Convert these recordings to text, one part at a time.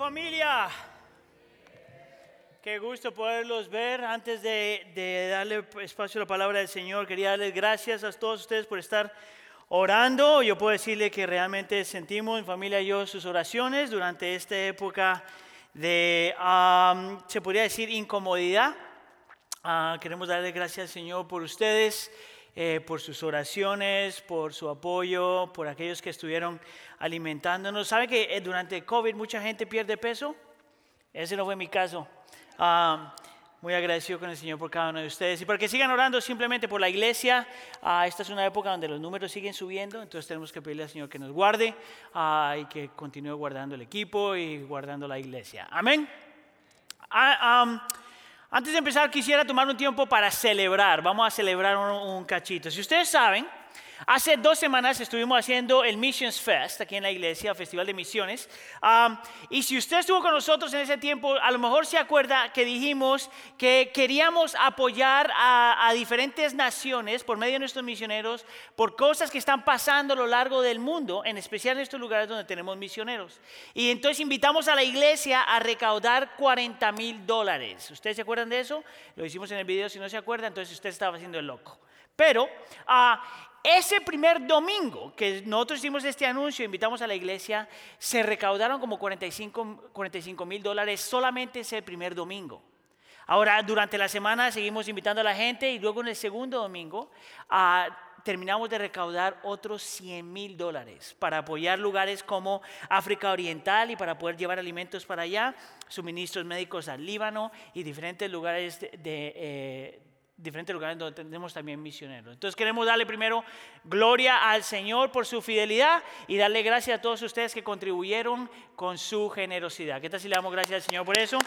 Familia, qué gusto poderlos ver. Antes de darle espacio a la palabra del Señor, quería darles gracias a todos ustedes por estar orando. Yo puedo decirle que realmente sentimos, mi familia y yo, sus oraciones durante esta época de, se podría decir, incomodidad. Queremos darle gracias al Señor por ustedes, por sus oraciones, por su apoyo, por aquellos que estuvieron alimentándonos. ¿Sabe que durante COVID mucha gente pierde peso? Ese no fue mi caso. Muy agradecido con el Señor por cada uno de ustedes y para que sigan orando simplemente por la iglesia. Esta es una época donde los números siguen subiendo, entonces tenemos que pedirle al Señor que nos guarde y que continúe guardando el equipo y guardando la iglesia. Amén. Antes de empezar quisiera tomar un tiempo para celebrar. Vamos a celebrar un cachito. Si ustedes saben, hace 2 semanas estuvimos haciendo el Missions Fest aquí en la iglesia, Festival de Misiones. Y si usted estuvo con nosotros en ese tiempo, a lo mejor se acuerda que dijimos que queríamos apoyar a diferentes naciones por medio de nuestros misioneros por cosas que están pasando a lo largo del mundo, en especial en estos lugares donde tenemos misioneros. Y entonces invitamos a la iglesia a recaudar $40,000. ¿Ustedes se acuerdan de eso? Lo hicimos en el video. Si no se acuerda, entonces usted estaba haciendo el loco. Pero ese primer domingo que nosotros hicimos este anuncio, invitamos a la iglesia, se recaudaron como $45,000 solamente ese primer domingo. Ahora, durante la semana seguimos invitando a la gente y luego en el segundo domingo terminamos de recaudar otros $100,000 para apoyar lugares como África Oriental y para poder llevar alimentos para allá, suministros médicos al Líbano y diferentes lugares donde tenemos también misioneros. Entonces queremos darle primero gloria al Señor por su fidelidad y darle gracias a todos ustedes que contribuyeron con su generosidad. ¿Qué tal si le damos gracias al Señor por eso?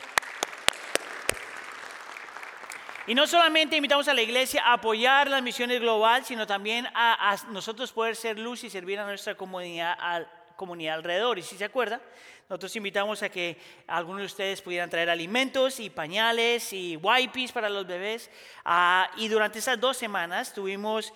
Y no solamente invitamos a la iglesia a apoyar las misiones global, sino también a nosotros poder ser luz y servir a nuestra comunidad alrededor. Y si se acuerda, nosotros invitamos a que algunos de ustedes pudieran traer alimentos y pañales y wipes para los bebés. Y durante esas 2 semanas tuvimos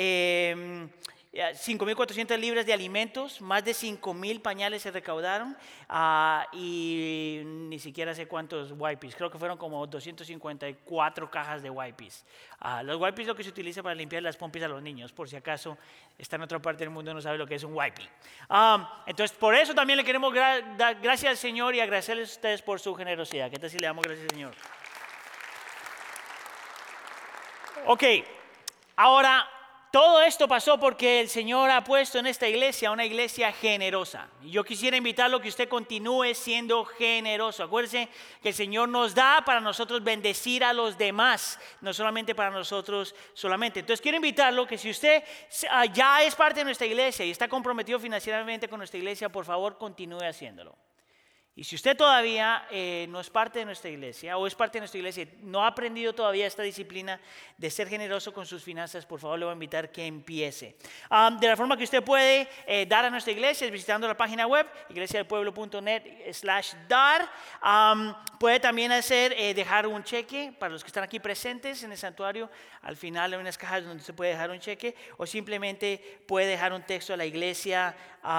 5,400 libras de alimentos, más de 5,000 pañales se recaudaron y ni siquiera sé cuántos wipes, creo que fueron como 254 cajas de wipes. Los wipes es lo que se utiliza para limpiar las pompis a los niños, por si acaso está en otra parte del mundo y no sabe lo que es un wipe. Entonces por eso también le queremos dar gracias al Señor y agradecerles a ustedes por su generosidad. ¿Qué tal si le damos gracias al Señor? Ok, ahora todo esto pasó porque el Señor ha puesto en esta iglesia una iglesia generosa. Y yo quisiera invitarlo a que usted continúe siendo generoso. Acuérdese que el Señor nos da para nosotros bendecir a los demás, no solamente para nosotros solamente. Entonces quiero invitarlo que si usted ya es parte de nuestra iglesia y está comprometido financieramente con nuestra iglesia, por favor continúe haciéndolo. Y si usted todavía no es parte de nuestra iglesia o es parte de nuestra iglesia y no ha aprendido todavía esta disciplina de ser generoso con sus finanzas, por favor le voy a invitar que empiece. De la forma que usted puede dar a nuestra iglesia es visitando la página web iglesiadelpueblo.net/dar. Puede también dejar un cheque para los que están aquí presentes en el santuario. Al final hay unas cajas donde se puede dejar un cheque o simplemente puede dejar un texto a la iglesia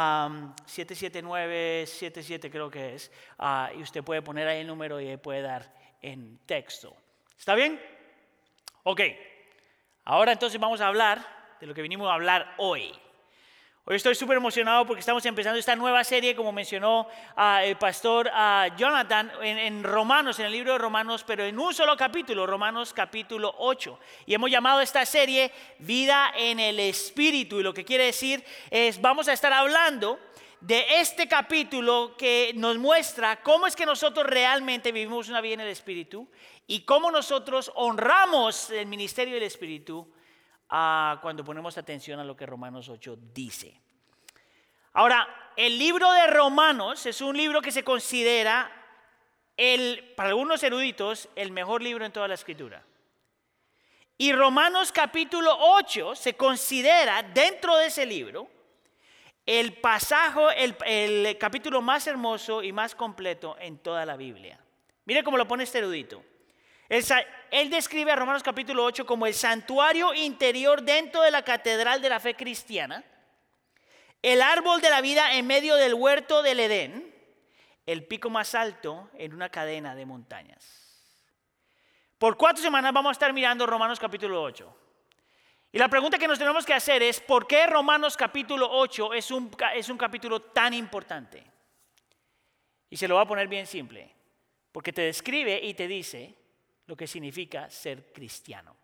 77977 creo que es. Y usted puede poner ahí el número y puede dar en texto. ¿Está bien? Ok. Ahora entonces vamos a hablar de lo que vinimos a hablar hoy. Hoy estoy súper emocionado porque estamos empezando esta nueva serie, como mencionó el pastor Jonathan, en Romanos, en el libro de Romanos, pero en un solo capítulo, Romanos capítulo 8. Y hemos llamado a esta serie Vida en el Espíritu. Y lo que quiere decir es, vamos a estar hablando de este capítulo que nos muestra cómo es que nosotros realmente vivimos una vida en el Espíritu y cómo nosotros honramos el ministerio del Espíritu cuando ponemos atención a lo que Romanos 8 dice. Ahora, el libro de Romanos es un libro que se considera, para algunos eruditos, el mejor libro en toda la Escritura. Y Romanos capítulo 8 se considera dentro de ese libro el capítulo más hermoso y más completo en toda la Biblia. Mire cómo lo pone este erudito. Él describe a Romanos capítulo 8 como el santuario interior dentro de la catedral de la fe cristiana, el árbol de la vida en medio del huerto del Edén, el pico más alto en una cadena de montañas. Por 4 semanas vamos a estar mirando Romanos capítulo 8. Y la pregunta que nos tenemos que hacer es, ¿por qué Romanos capítulo 8 es un capítulo tan importante? Y se lo voy a poner bien simple, porque te describe y te dice lo que significa ser cristiano.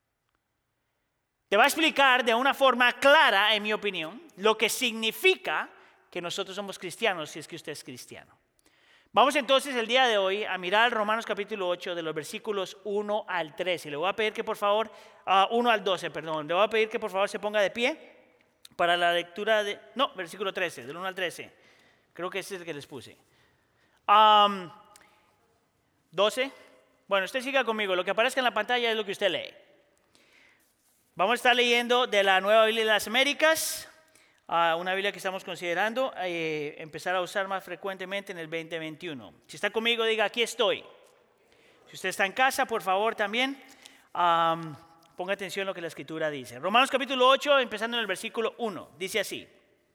Te va a explicar de una forma clara, en mi opinión, lo que significa que nosotros somos cristianos si es que usted es cristiano. Vamos entonces el día de hoy a mirar Romanos capítulo 8 de los versículos 1 al 13. Le voy a pedir que por favor, 1 al 12, perdón. Le voy a pedir que por favor se ponga de pie para la lectura de... No, versículo 13, del 1 al 13. Creo que ese es el que les puse. 12. Bueno, usted siga conmigo. Lo que aparezca en la pantalla es lo que usted lee. Vamos a estar leyendo de la Nueva Biblia de las Américas, una Biblia que estamos considerando empezar a usar más frecuentemente en el 2021. Si está conmigo, diga, aquí estoy. Si usted está en casa, por favor, también ponga atención a lo que la Escritura dice. Romanos capítulo 8, empezando en el versículo 1, dice así.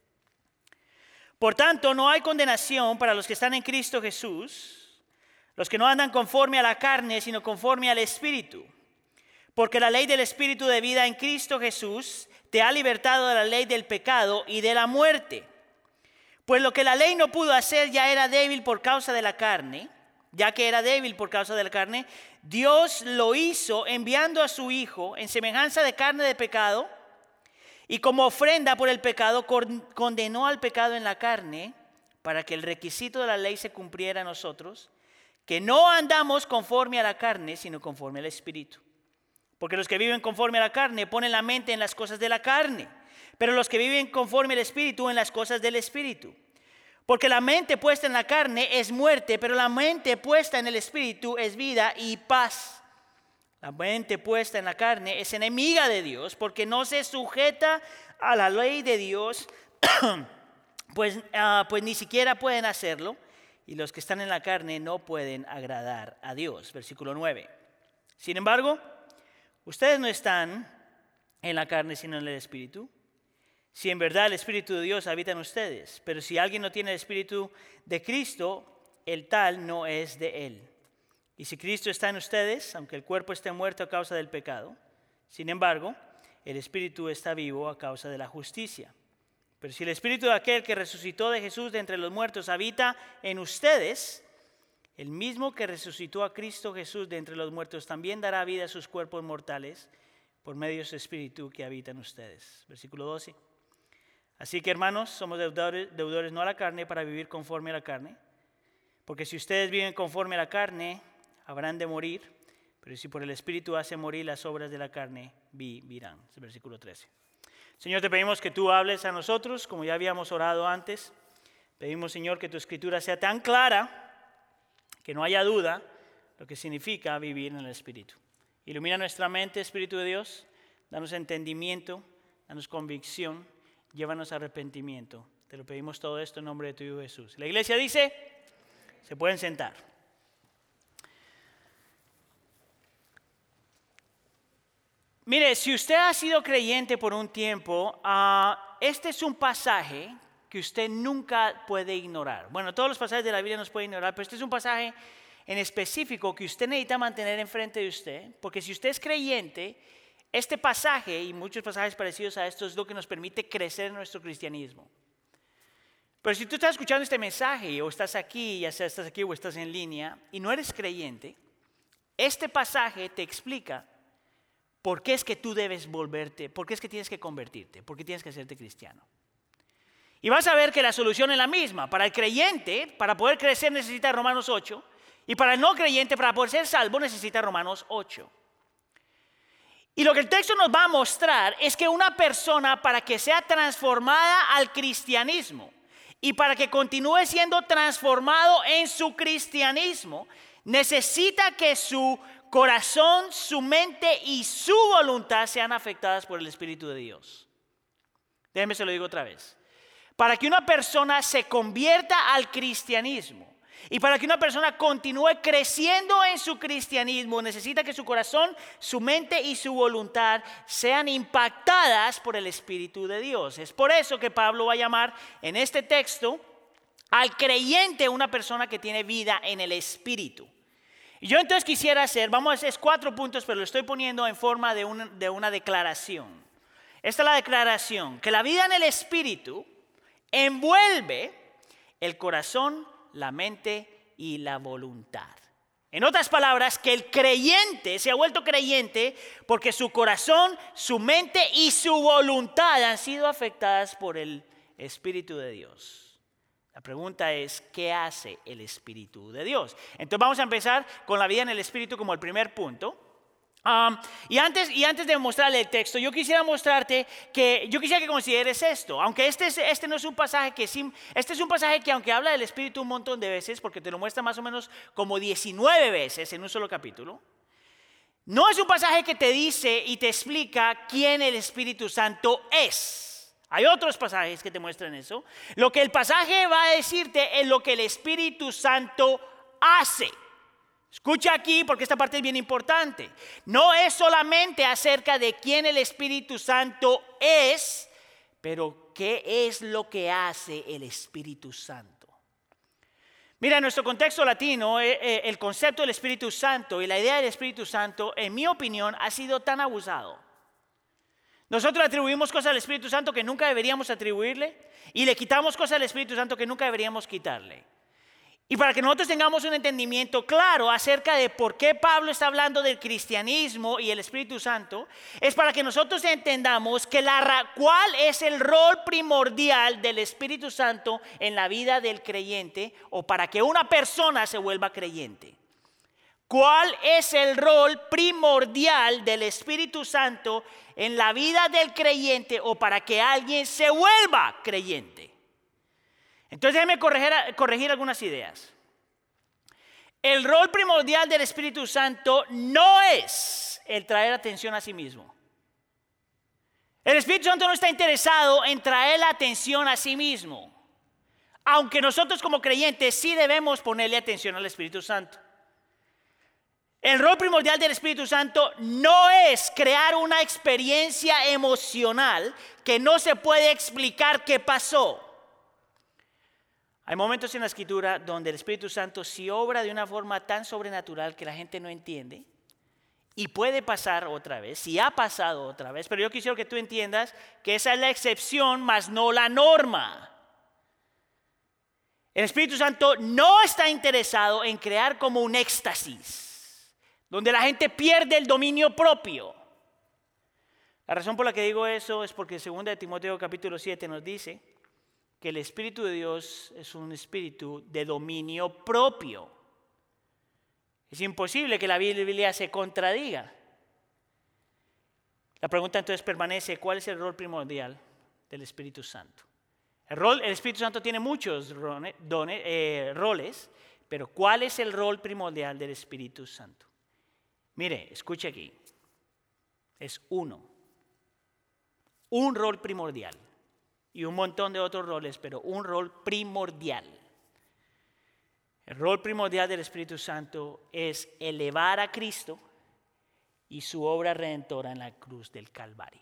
Por tanto, no hay condenación para los que están en Cristo Jesús, los que no andan conforme a la carne, sino conforme al Espíritu. Porque la ley del Espíritu de vida en Cristo Jesús te ha libertado de la ley del pecado y de la muerte. Pues lo que la ley no pudo hacer ya era débil por causa de la carne, ya que era débil por causa de la carne, Dios lo hizo enviando a su Hijo en semejanza de carne de pecado, y como ofrenda por el pecado condenó al pecado en la carne, para que el requisito de la ley se cumpliera en nosotros, que no andamos conforme a la carne, sino conforme al Espíritu. Porque los que viven conforme a la carne ponen la mente en las cosas de la carne, pero los que viven conforme al Espíritu en las cosas del Espíritu. Porque la mente puesta en la carne es muerte, pero la mente puesta en el Espíritu es vida y paz. La mente puesta en la carne es enemiga de Dios, porque no se sujeta a la ley de Dios, pues ni siquiera pueden hacerlo, y los que están en la carne no pueden agradar a Dios. Versículo 9. Sin embargo, ustedes no están en la carne, sino en el Espíritu. Si en verdad el Espíritu de Dios habita en ustedes. Pero si alguien no tiene el Espíritu de Cristo, el tal no es de él. Y si Cristo está en ustedes, aunque el cuerpo esté muerto a causa del pecado, sin embargo, el Espíritu está vivo a causa de la justicia. Pero si el Espíritu de aquel que resucitó de Jesús de entre los muertos habita en ustedes, el mismo que resucitó a Cristo Jesús de entre los muertos también dará vida a sus cuerpos mortales por medio de su Espíritu que habita en ustedes. Versículo 12. Así que, hermanos, somos deudores no a la carne para vivir conforme a la carne. Porque si ustedes viven conforme a la carne, habrán de morir. Pero si por el Espíritu hacen morir las obras de la carne, vivirán. Versículo 13. Señor, te pedimos que tú hables a nosotros, como ya habíamos orado antes. Pedimos, Señor, que tu Escritura sea tan clara que no haya duda lo que significa vivir en el Espíritu. Ilumina nuestra mente, Espíritu de Dios. Danos entendimiento, danos convicción, llévanos a arrepentimiento. Te lo pedimos todo esto en nombre de tu Hijo Jesús. La iglesia dice, se pueden sentar. Mire, si usted ha sido creyente por un tiempo, este es un pasaje que usted nunca puede ignorar. Bueno, todos los pasajes de la Biblia nos pueden ignorar, pero este es un pasaje en específico que usted necesita mantener enfrente de usted, porque si usted es creyente, este pasaje y muchos pasajes parecidos a estos es lo que nos permite crecer en nuestro cristianismo. Pero si tú estás escuchando este mensaje o estás aquí, ya sea estás aquí o estás en línea y no eres creyente, este pasaje te explica por qué es que tú debes volverte, por qué es que tienes que convertirte, por qué tienes que hacerte cristiano. Y vas a ver que la solución es la misma. Para el creyente, para poder crecer necesita Romanos 8. Y para el no creyente, para poder ser salvo, necesita Romanos 8. Y lo que el texto nos va a mostrar es que una persona, para que sea transformada al cristianismo y para que continúe siendo transformado en su cristianismo, necesita que su corazón, su mente y su voluntad sean afectadas por el Espíritu de Dios. Déjenme se lo digo otra vez. Para que una persona se convierta al cristianismo y para que una persona continúe creciendo en su cristianismo, necesita que su corazón, su mente y su voluntad sean impactadas por el Espíritu de Dios. Es por eso que Pablo va a llamar en este texto Al creyente, una persona que tiene vida en el Espíritu. Y yo entonces quisiera es 4 puntos, pero lo estoy poniendo en forma de una declaración. Esta es la declaración, que la vida en el Espíritu envuelve el corazón, la mente y la voluntad. En otras palabras, que el creyente se ha vuelto creyente porque su corazón, su mente y su voluntad han sido afectadas por el Espíritu de Dios. La pregunta es, ¿qué hace el Espíritu de Dios? Entonces vamos a empezar con la vida en el Espíritu como el primer punto. Y antes de mostrarle el texto, yo quisiera mostrarte que consideres esto. Aunque este no es un pasaje este es un pasaje que aunque habla del Espíritu un montón de veces, porque te lo muestra más o menos como 19 veces en un solo capítulo, no es un pasaje que te dice y te explica quién el Espíritu Santo es. Hay otros pasajes que te muestran eso. Lo que el pasaje va a decirte es lo que el Espíritu Santo hace. Escucha aquí porque esta parte es bien importante. No es solamente acerca de quién el Espíritu Santo es, pero qué es lo que hace el Espíritu Santo. Mira, en nuestro contexto latino, el concepto del Espíritu Santo y la idea del Espíritu Santo, en mi opinión, ha sido tan abusado. Nosotros atribuimos cosas al Espíritu Santo que nunca deberíamos atribuirle y le quitamos cosas al Espíritu Santo que nunca deberíamos quitarle. Y para que nosotros tengamos un entendimiento claro acerca de por qué Pablo está hablando del cristianismo y el Espíritu Santo, es para que nosotros entendamos cuál es el rol primordial del Espíritu Santo en la vida del creyente o para que una persona se vuelva creyente. ¿Cuál es el rol primordial del Espíritu Santo en la vida del creyente o para que alguien se vuelva creyente? Entonces déjeme corregir algunas ideas. El rol primordial del Espíritu Santo no es el traer atención a sí mismo. El Espíritu Santo no está interesado en traer la atención a sí mismo. Aunque nosotros como creyentes sí debemos ponerle atención al Espíritu Santo. El rol primordial del Espíritu Santo no es crear una experiencia emocional que no se puede explicar qué pasó. Hay momentos en la Escritura donde el Espíritu Santo sí obra de una forma tan sobrenatural que la gente no entiende y puede pasar otra vez, sí ha pasado otra vez, pero yo quisiera que tú entiendas que esa es la excepción, más no la norma. El Espíritu Santo no está interesado en crear como un éxtasis, donde la gente pierde el dominio propio. La razón por la que digo eso es porque 2 Timoteo capítulo 7 nos dice que el Espíritu de Dios es un espíritu de dominio propio. Es imposible que la Biblia se contradiga. La pregunta entonces permanece, ¿cuál es el rol primordial del Espíritu Santo? El Espíritu Santo tiene muchos roles, pero ¿cuál es el rol primordial del Espíritu Santo? Mire, escuche aquí. Es un rol primordial. Y un montón de otros roles, pero un rol primordial. El rol primordial del Espíritu Santo es elevar a Cristo y su obra redentora en la cruz del Calvario.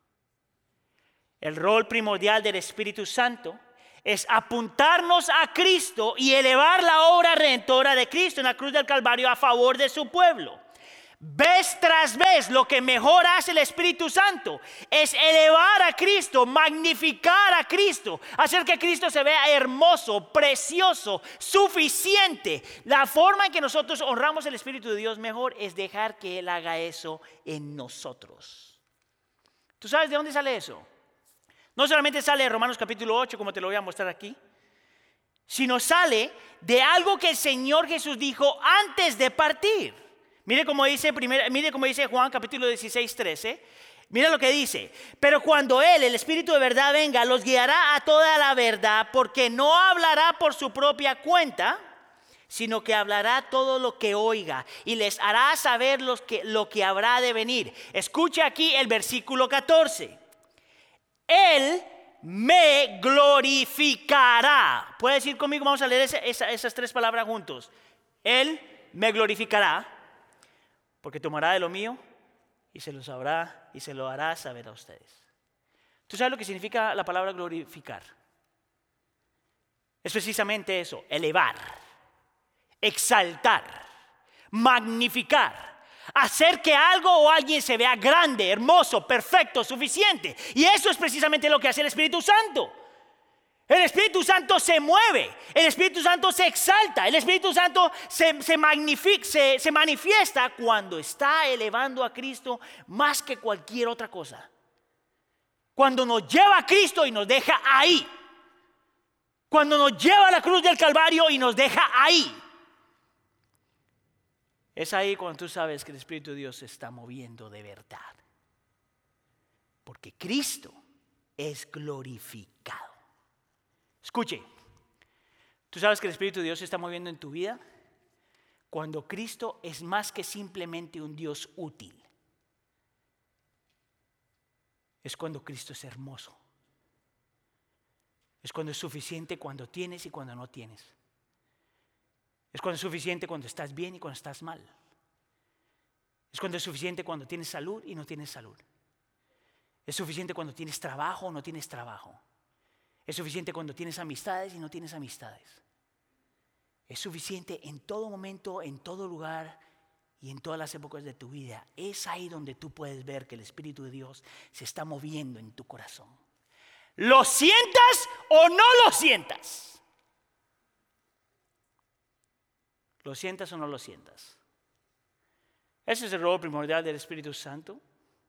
El rol primordial del Espíritu Santo es apuntarnos a Cristo y elevar la obra redentora de Cristo en la cruz del Calvario a favor de su pueblo. Vez tras vez, lo que mejor hace el Espíritu Santo es elevar a Cristo, magnificar a Cristo, hacer que Cristo se vea hermoso, precioso, suficiente. La forma en que nosotros honramos el Espíritu de Dios mejor es dejar que Él haga eso en nosotros. ¿Tú sabes de dónde sale eso? No solamente sale de Romanos capítulo 8, como te lo voy a mostrar aquí, sino sale de algo que el Señor Jesús dijo antes de partir. Mire cómo dice Juan capítulo 16, 13. Mira lo que dice. Pero cuando Él, el Espíritu de verdad, venga, los guiará a toda la verdad, porque no hablará por su propia cuenta, sino que hablará todo lo que oiga y les hará saber lo que habrá de venir. Escucha aquí el versículo 14. Él me glorificará. ¿Puedes ir conmigo? Vamos a leer esas 3 palabras juntos. Él me glorificará. Porque tomará de lo mío y se lo hará saber a ustedes. ¿Tú sabes lo que significa la palabra glorificar? es precisamente eso: elevar, exaltar, magnificar, hacer que algo o alguien se vea grande, hermoso, perfecto, suficiente. Y eso es precisamente lo que hace el Espíritu Santo. El Espíritu Santo se mueve, el Espíritu Santo se exalta, el Espíritu Santo se manifiesta cuando está elevando a Cristo más que cualquier otra cosa. Cuando nos lleva a Cristo y nos deja ahí. Cuando nos lleva a la cruz del Calvario y nos deja ahí. Es ahí cuando tú sabes que el Espíritu de Dios se está moviendo de verdad. Porque Cristo es glorificado. Escuche, ¿tú sabes que el Espíritu de Dios se está moviendo en tu vida? Cuando Cristo es más que simplemente un Dios útil. Es cuando Cristo es hermoso. Es cuando es suficiente cuando tienes y cuando no tienes. Es cuando es suficiente cuando estás bien y cuando estás mal. Es cuando es suficiente cuando tienes salud y no tienes salud. Es suficiente cuando tienes trabajo o no tienes trabajo. Es suficiente cuando tienes amistades y no tienes amistades. Es suficiente en todo momento, en todo lugar y en todas las épocas de tu vida. Es ahí donde tú puedes ver que el Espíritu de Dios se está moviendo en tu corazón. ¿Lo sientas o no lo sientas? ¿Lo sientas o no lo sientas? Ese es el rol primordial del Espíritu Santo.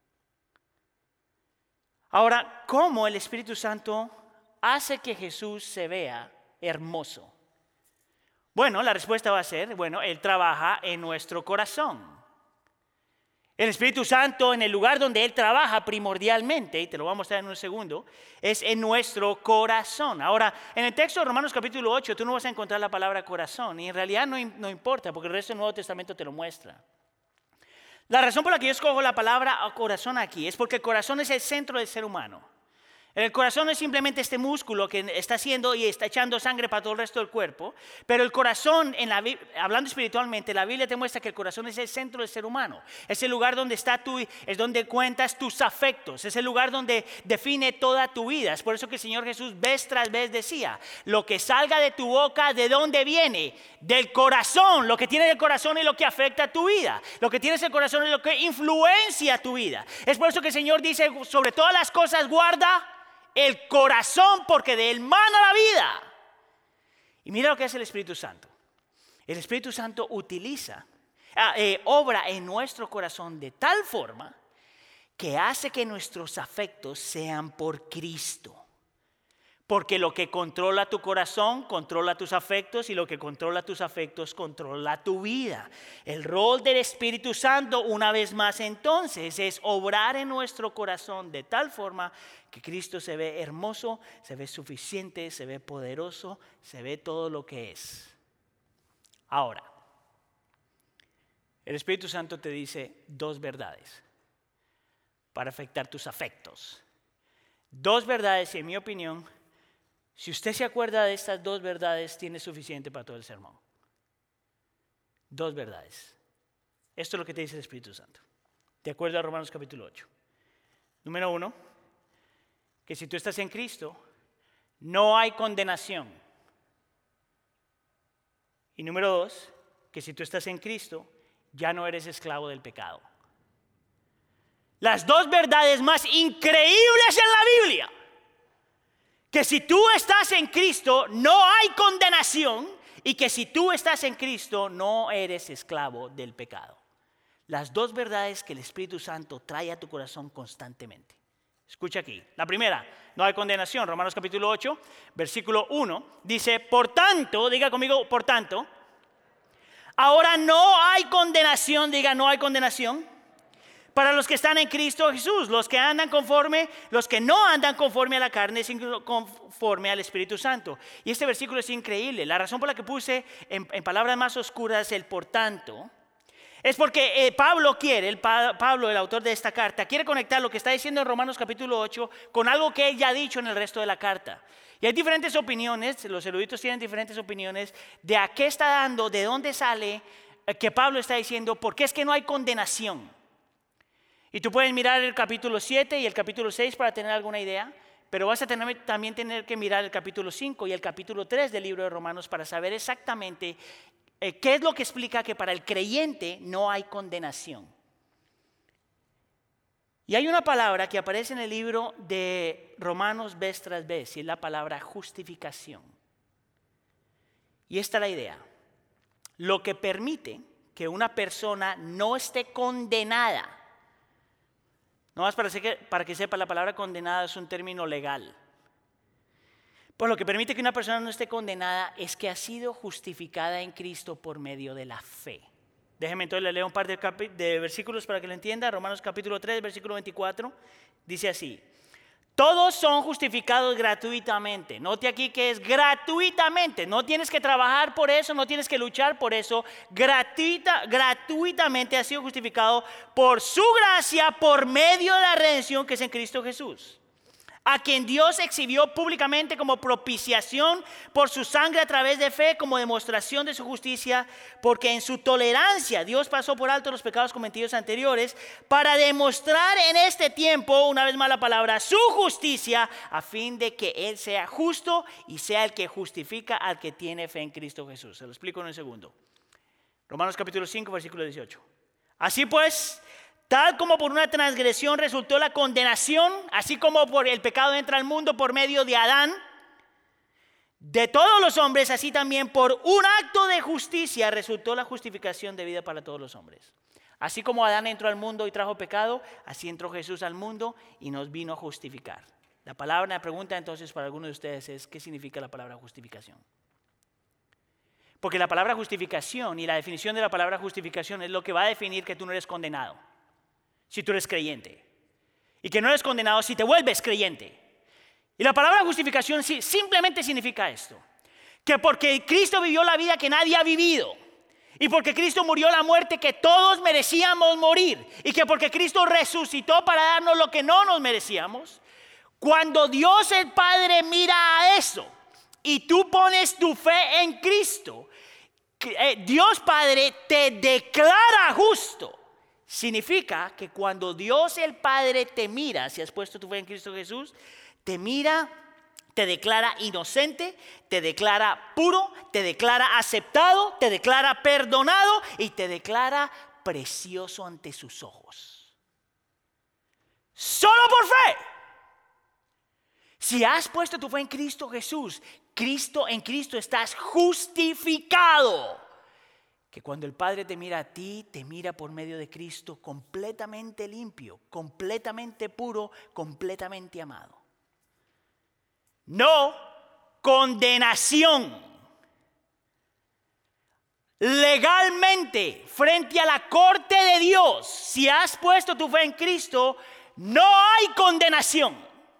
Ahora, ¿cómo el Espíritu Santo hace que Jesús se vea hermoso? Bueno, la respuesta va a ser, Él trabaja en nuestro corazón. El Espíritu Santo, en el lugar donde Él trabaja primordialmente, y te lo voy a mostrar en un segundo, es en nuestro corazón. Ahora, en el texto de Romanos capítulo 8, tú no vas a encontrar la palabra corazón, y en realidad no importa, porque el resto del Nuevo Testamento te lo muestra. La razón por la que yo escojo la palabra corazón aquí es porque el corazón es el centro del ser humano. El corazón no es simplemente este músculo que está haciendo y está echando sangre para todo el resto del cuerpo, pero el corazón, hablando espiritualmente, la Biblia te muestra que el corazón es el centro del ser humano. Es el lugar donde es donde cuentas tus afectos, es el lugar donde define toda tu vida. Es por eso que el Señor Jesús vez tras vez decía: lo que salga de tu boca, ¿de dónde viene? Del corazón. Lo que tiene el corazón es lo que afecta a tu vida. Lo que tienes el corazón es lo que influencia tu vida. Es por eso que el Señor dice: sobre todas las cosas guarda el corazón, porque de él mana la vida. Y mira lo que hace el Espíritu Santo. El Espíritu Santo obra en nuestro corazón de tal forma que hace que nuestros afectos sean por Cristo. Porque lo que controla tu corazón controla tus afectos, y lo que controla tus afectos controla tu vida. El rol del Espíritu Santo, una vez más entonces, es obrar en nuestro corazón de tal forma que Cristo se ve hermoso, se ve suficiente, se ve poderoso, se ve todo lo que es. Ahora, el Espíritu Santo te dice dos verdades para afectar tus afectos. Dos verdades, y en mi opinión, si usted se acuerda de estas dos verdades, tiene suficiente para todo el sermón. Dos verdades. Esto es lo que te dice el Espíritu Santo, de acuerdo a Romanos capítulo 8. Número 1, que si tú estás en Cristo, no hay condenación. Y número 2, que si tú estás en Cristo, ya no eres esclavo del pecado. Las dos verdades más increíbles en la Biblia. Que si tú estás en Cristo, no hay condenación, y que si tú estás en Cristo, no eres esclavo del pecado. Las dos verdades que el Espíritu Santo trae a tu corazón constantemente. Escucha aquí. La primera, no hay condenación. Romanos capítulo 8, versículo 1, dice: por tanto, diga conmigo, por tanto, ahora no hay condenación, diga, no hay condenación para los que están en Cristo Jesús, los que no andan conforme a la carne, sino conforme al Espíritu Santo. Y este versículo es increíble. La razón por la que puse en palabras más oscuras el por tanto es porque Pablo, el autor de esta carta, quiere conectar lo que está diciendo en Romanos capítulo 8 con algo que él ya ha dicho en el resto de la carta. Y hay diferentes opiniones, los eruditos tienen diferentes opiniones de a qué está dando, de dónde sale que Pablo está diciendo, por qué es que no hay condenación. Y tú puedes mirar el capítulo 7 y el capítulo 6 para tener alguna idea. pero vas a también tener que mirar el capítulo 5 y el capítulo 3 del libro de Romanos para saber exactamente qué es lo que explica que para el creyente no hay condenación. Y hay una palabra que aparece en el libro de Romanos vez tras vez, y es la palabra justificación. Y esta es la idea. Lo que permite que una persona no esté condenada. No más para que sepa, la palabra condenada es un término legal. Pues lo que permite que una persona no esté condenada es que ha sido justificada en Cristo por medio de la fe. Déjeme entonces le leo un par de versículos para que lo entienda. Romanos capítulo 3, versículo 24, dice así: todos son justificados gratuitamente. Note aquí que es gratuitamente. No tienes que trabajar por eso, no tienes que luchar por eso. Gratuitamente ha sido justificado por su gracia, por medio de la redención que es en Cristo Jesús, a quien Dios exhibió públicamente como propiciación por su sangre a través de fe, como demostración de su justicia, porque en su tolerancia Dios pasó por alto los pecados cometidos anteriores, para demostrar en este tiempo, una vez más la palabra, su justicia, a fin de que Él sea justo y sea el que justifica al que tiene fe en Cristo Jesús. Se lo explico en un segundo. Romanos capítulo 5, versículo 18. Así pues, tal como por una transgresión resultó la condenación, así como por el pecado entra al mundo por medio de Adán, de todos los hombres, así también por un acto de justicia resultó la justificación de vida para todos los hombres. Así como Adán entró al mundo y trajo pecado, así entró Jesús al mundo y nos vino a justificar. La pregunta entonces para algunos de ustedes es: ¿qué significa la palabra justificación? Porque la palabra justificación y la definición de la palabra justificación es lo que va a definir que tú no eres condenado si tú eres creyente, y que no eres condenado si te vuelves creyente. Y la palabra justificación simplemente significa esto: que porque Cristo vivió la vida que nadie ha vivido, y porque Cristo murió la muerte que todos merecíamos morir, y que porque Cristo resucitó para darnos lo que no nos merecíamos, cuando Dios el Padre mira a eso y tú pones tu fe en Cristo, Dios Padre te declara justo. Significa que cuando Dios el Padre te mira, si has puesto tu fe en Cristo Jesús, te mira, te declara inocente, te declara puro, te declara aceptado, te declara perdonado y te declara precioso ante sus ojos. Solo por fe. Si has puesto tu fe en Cristo Jesús, en Cristo estás justificado. Que cuando el Padre te mira a ti, te mira por medio de Cristo completamente limpio, completamente puro, completamente amado. No condenación. Legalmente, frente a la corte de Dios, si has puesto tu fe en Cristo, no hay condenación.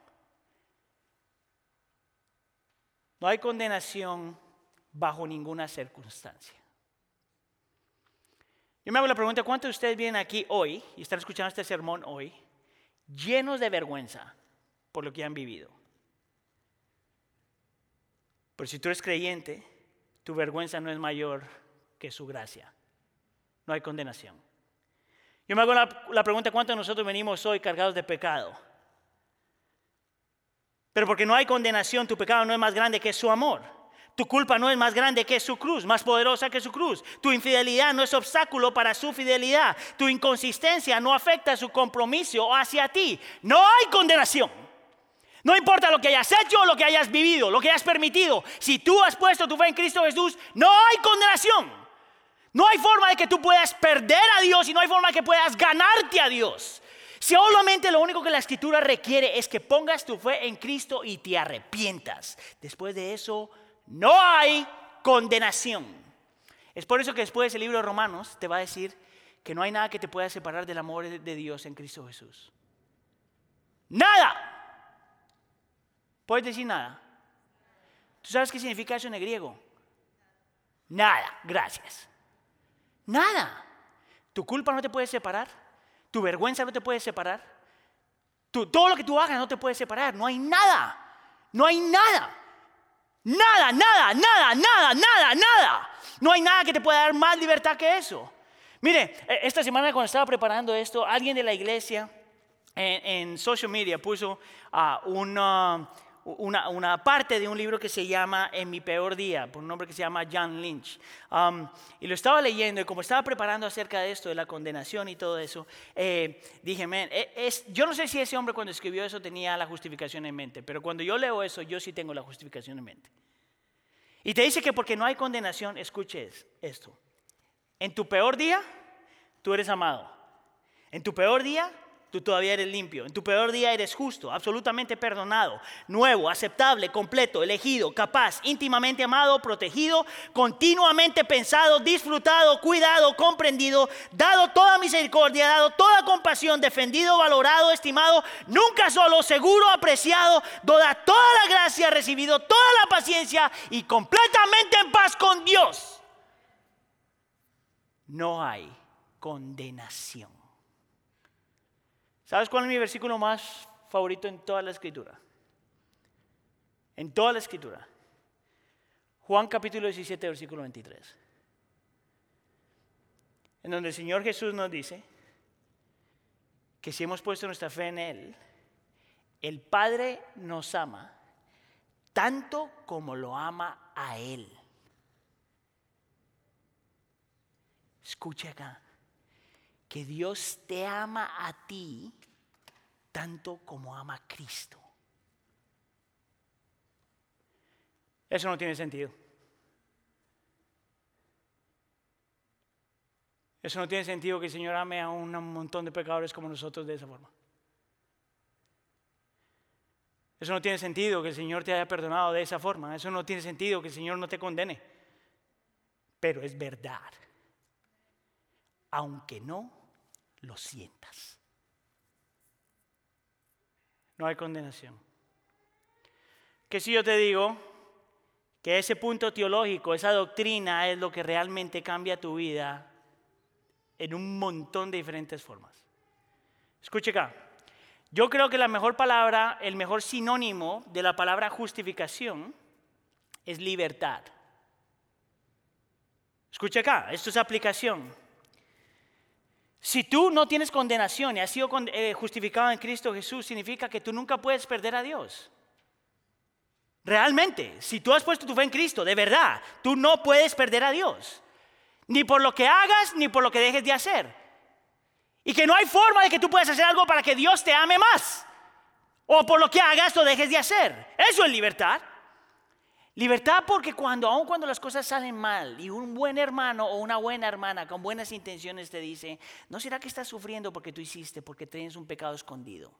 No hay condenación bajo ninguna circunstancia. Yo me hago la pregunta: ¿cuántos de ustedes vienen aquí hoy y están escuchando este sermón hoy llenos de vergüenza por lo que han vivido? Pero si tú eres creyente, tu vergüenza no es mayor que su gracia. No hay condenación. Yo me hago la pregunta: ¿cuántos de nosotros venimos hoy cargados de pecado? Pero porque no hay condenación, tu pecado no es más grande que su amor. Tu culpa no es más grande que su cruz, más poderosa que su cruz. Tu infidelidad no es obstáculo para su fidelidad. Tu inconsistencia no afecta su compromiso hacia ti. No hay condenación. No importa lo que hayas hecho, lo que hayas vivido, lo que hayas permitido. Si tú has puesto tu fe en Cristo Jesús, no hay condenación. No hay forma de que tú puedas perder a Dios y no hay forma de que puedas ganarte a Dios. Solamente lo único que la Escritura requiere es que pongas tu fe en Cristo y te arrepientas. Después de eso, no hay condenación. Es por eso que después el libro de Romanos te va a decir que no hay nada que te pueda separar del amor de Dios en Cristo Jesús. Nada. ¿Puedes decir nada? ¿Tú sabes qué significa eso en el griego? Nada, gracias. Nada. Tu culpa no te puede separar. Tu vergüenza no te puede separar. Todo lo que tú hagas no te puede separar. No hay nada. No hay nada. Nada, nada, nada, nada, nada, nada. No hay nada que te pueda dar más libertad que eso. Mire, esta semana cuando estaba preparando esto, alguien de la iglesia en social media puso una parte de un libro que se llama En mi peor día, por un hombre que se llama John Lynch. Y lo estaba leyendo y como estaba preparando acerca de esto, de la condenación y todo eso, dije, yo no sé si ese hombre cuando escribió eso tenía la justificación en mente, pero cuando yo leo eso, yo sí tengo la justificación en mente. Y te dice que porque no hay condenación, escuches esto. En tu peor día, tú eres amado. En tu peor día, tú todavía eres limpio. En tu peor día eres justo, absolutamente perdonado, nuevo, aceptable, completo, elegido, capaz, íntimamente amado, protegido, continuamente pensado, disfrutado, cuidado, comprendido, dado toda misericordia, dado toda compasión, defendido, valorado, estimado, nunca solo, seguro, apreciado, toda la gracia, recibido toda la paciencia y completamente en paz con Dios. No hay condenación. ¿Sabes cuál es mi versículo más favorito en toda la Escritura? En toda la Escritura. Juan capítulo 17, versículo 23. En donde el Señor Jesús nos dice que si hemos puesto nuestra fe en Él, el Padre nos ama tanto como lo ama a Él. Escucha acá. Que Dios te ama a ti tanto como ama a Cristo. Eso no tiene sentido. Eso no tiene sentido que el Señor ame a un montón de pecadores como nosotros de esa forma. Eso no tiene sentido que el Señor te haya perdonado de esa forma. Eso no tiene sentido que el Señor no te condene. Pero es verdad. Aunque no lo sientas. No hay condenación. Que si yo te digo que ese punto teológico, esa doctrina es lo que realmente cambia tu vida en un montón de diferentes formas. Escuche acá. Yo creo que la mejor palabra, el mejor sinónimo de la palabra justificación es libertad. Escuche acá, esto es aplicación. Si tú no tienes condenación y has sido justificado en Cristo Jesús, significa que tú nunca puedes perder a Dios. Realmente, si tú has puesto tu fe en Cristo, de verdad, tú no puedes perder a Dios. Ni por lo que hagas, ni por lo que dejes de hacer. Y que no hay forma de que tú puedas hacer algo para que Dios te ame más. O por lo que hagas o dejes de hacer. Eso es libertad. Libertad porque aun cuando las cosas salen mal y un buen hermano o una buena hermana con buenas intenciones te dice, ¿no será que estás sufriendo porque tú hiciste, porque tienes un pecado escondido?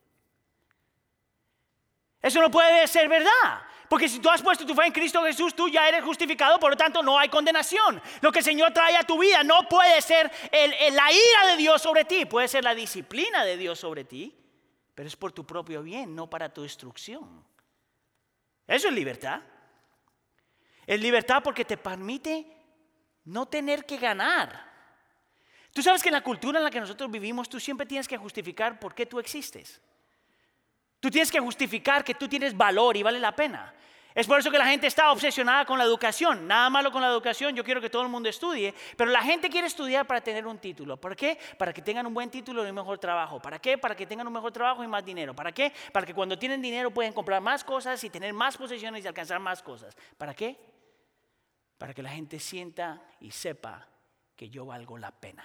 Eso no puede ser verdad, porque si tú has puesto tu fe en Cristo Jesús, tú ya eres justificado, por lo tanto no hay condenación. Lo que el Señor trae a tu vida no puede ser la ira de Dios sobre ti, puede ser la disciplina de Dios sobre ti, pero es por tu propio bien, no para tu destrucción. Eso es libertad. Es libertad porque te permite no tener que ganar. Tú sabes que en la cultura en la que nosotros vivimos, tú siempre tienes que justificar por qué tú existes. Tú tienes que justificar que tú tienes valor y vale la pena. Es por eso que la gente está obsesionada con la educación. Nada malo con la educación, yo quiero que todo el mundo estudie, pero la gente quiere estudiar para tener un título. ¿Por qué? Para que tengan un buen título y un mejor trabajo. ¿Para qué? Para que tengan un mejor trabajo y más dinero. ¿Para qué? Para que cuando tienen dinero pueden comprar más cosas y tener más posesiones y alcanzar más cosas. ¿Para qué? Para que la gente sienta y sepa que yo valgo la pena.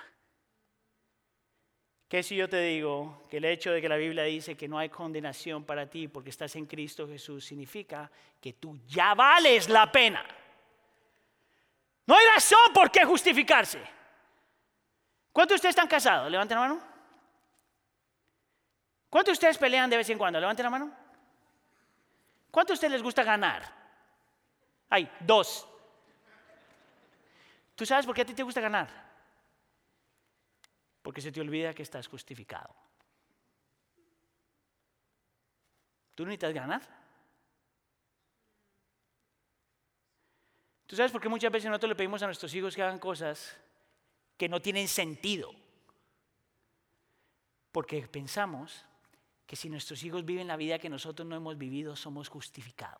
¿Qué si yo te digo que el hecho de que la Biblia dice que no hay condenación para ti porque estás en Cristo Jesús significa que tú ya vales la pena? No hay razón por qué justificarse. ¿Cuántos de ustedes están casados? Levanten la mano. ¿Cuántos de ustedes pelean de vez en cuando? Levanten la mano. ¿Cuántos de ustedes les gusta ganar? Hay 2. ¿Tú sabes por qué a ti te gusta ganar? Porque se te olvida que estás justificado. ¿Tú necesitas ganar? ¿Tú sabes por qué muchas veces nosotros le pedimos a nuestros hijos que hagan cosas que no tienen sentido? Porque pensamos que si nuestros hijos viven la vida que nosotros no hemos vivido, somos justificados.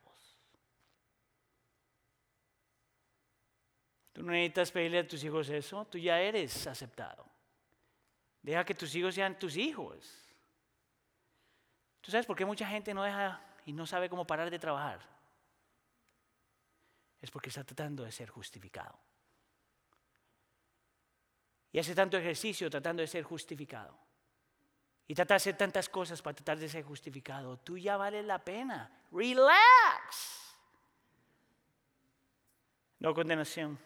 Tú no necesitas pedirle a tus hijos eso, tú ya eres aceptado. Deja que tus hijos sean tus hijos. ¿Tú sabes por qué mucha gente no deja y no sabe cómo parar de trabajar? Es porque está tratando de ser justificado. Y hace tanto ejercicio tratando de ser justificado. Y trata de hacer tantas cosas para tratar de ser justificado. Tú ya vales la pena. Relax. No condenación.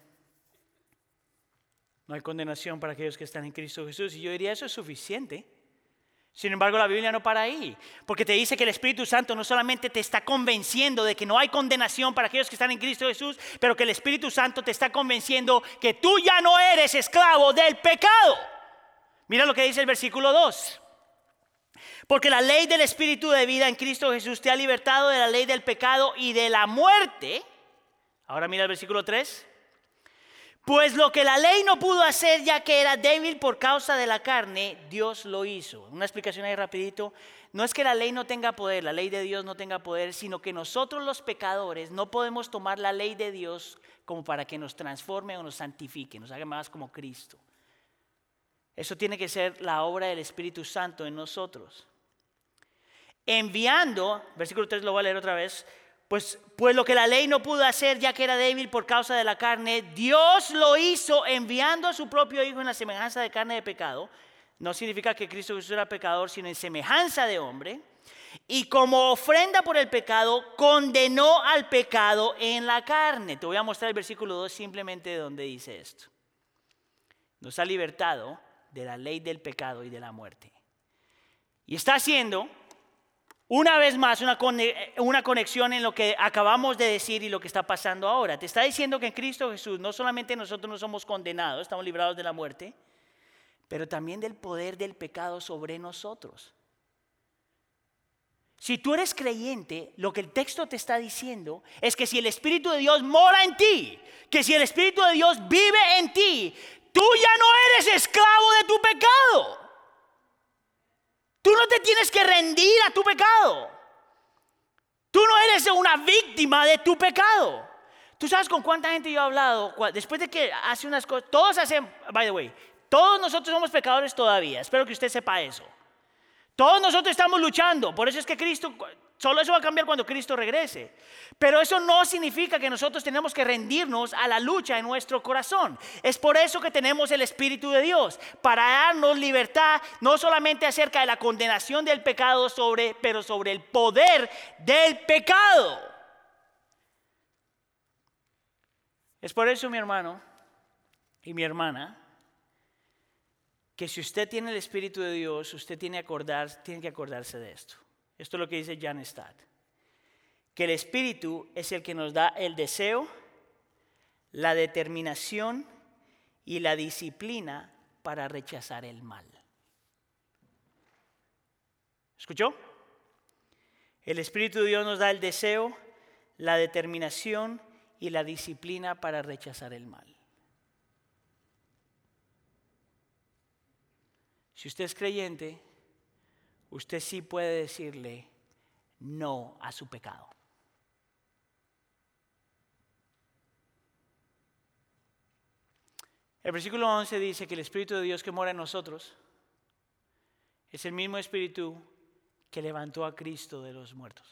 No hay condenación para aquellos que están en Cristo Jesús. Y yo diría, eso es suficiente. Sin embargo, la Biblia no para ahí. Porque te dice que el Espíritu Santo no solamente te está convenciendo de que no hay condenación para aquellos que están en Cristo Jesús, pero que el Espíritu Santo te está convenciendo que tú ya no eres esclavo del pecado. Mira lo que dice el versículo 2. Porque la ley del Espíritu de vida en Cristo Jesús te ha libertado de la ley del pecado y de la muerte. Ahora mira el versículo 3. Pues lo que la ley no pudo hacer, ya que era débil por causa de la carne, Dios lo hizo. Una explicación ahí rapidito. No es que la ley no tenga poder, la ley de Dios no tenga poder, sino que nosotros los pecadores no podemos tomar la ley de Dios como para que nos transforme o nos santifique, nos haga más como Cristo. Eso tiene que ser la obra del Espíritu Santo en nosotros. Enviando, versículo 3 lo voy a leer otra vez. Pues lo que la ley no pudo hacer, ya que era débil por causa de la carne, Dios lo hizo enviando a su propio Hijo en la semejanza de carne de pecado. No significa que Cristo Jesús era pecador, sino en semejanza de hombre. Y como ofrenda por el pecado, condenó al pecado en la carne. Te voy a mostrar el versículo 2 simplemente donde dice esto. Nos ha libertado de la ley del pecado y de la muerte. Y está haciendo una vez más una conexión en lo que acabamos de decir y lo que está pasando ahora. Te está diciendo que en Cristo Jesús no solamente nosotros no somos condenados, estamos librados de la muerte, pero también del poder del pecado sobre nosotros. Si tú eres creyente, lo que el texto te está diciendo es que si el Espíritu de Dios mora en ti, que si el Espíritu de Dios vive en ti, tú ya no eres esclavo de tu pecado. Tú no te tienes que rendir a tu pecado. Tú no eres una víctima de tu pecado. Tú sabes con cuánta gente yo he hablado después de que hace unas cosas. Todos hacen, by the way, todos nosotros somos pecadores todavía. Espero que usted sepa eso. Todos nosotros estamos luchando. Por eso es que Cristo, solo eso va a cambiar cuando Cristo regrese. Pero eso no significa que nosotros tenemos que rendirnos a la lucha en nuestro corazón. Es por eso que tenemos el Espíritu de Dios, para darnos libertad, no solamente acerca de la condenación del pecado, pero sobre el poder del pecado. Es por eso, mi hermano y mi hermana, que si usted tiene el Espíritu de Dios, usted tiene que acordarse de esto. Esto es lo que dice Jan Stott. Que el Espíritu es el que nos da el deseo, la determinación y la disciplina para rechazar el mal. ¿Escuchó? El Espíritu de Dios nos da el deseo, la determinación y la disciplina para rechazar el mal. Si usted es creyente, usted sí puede decirle no a su pecado. El versículo 11 dice que el Espíritu de Dios que mora en nosotros es el mismo Espíritu que levantó a Cristo de los muertos.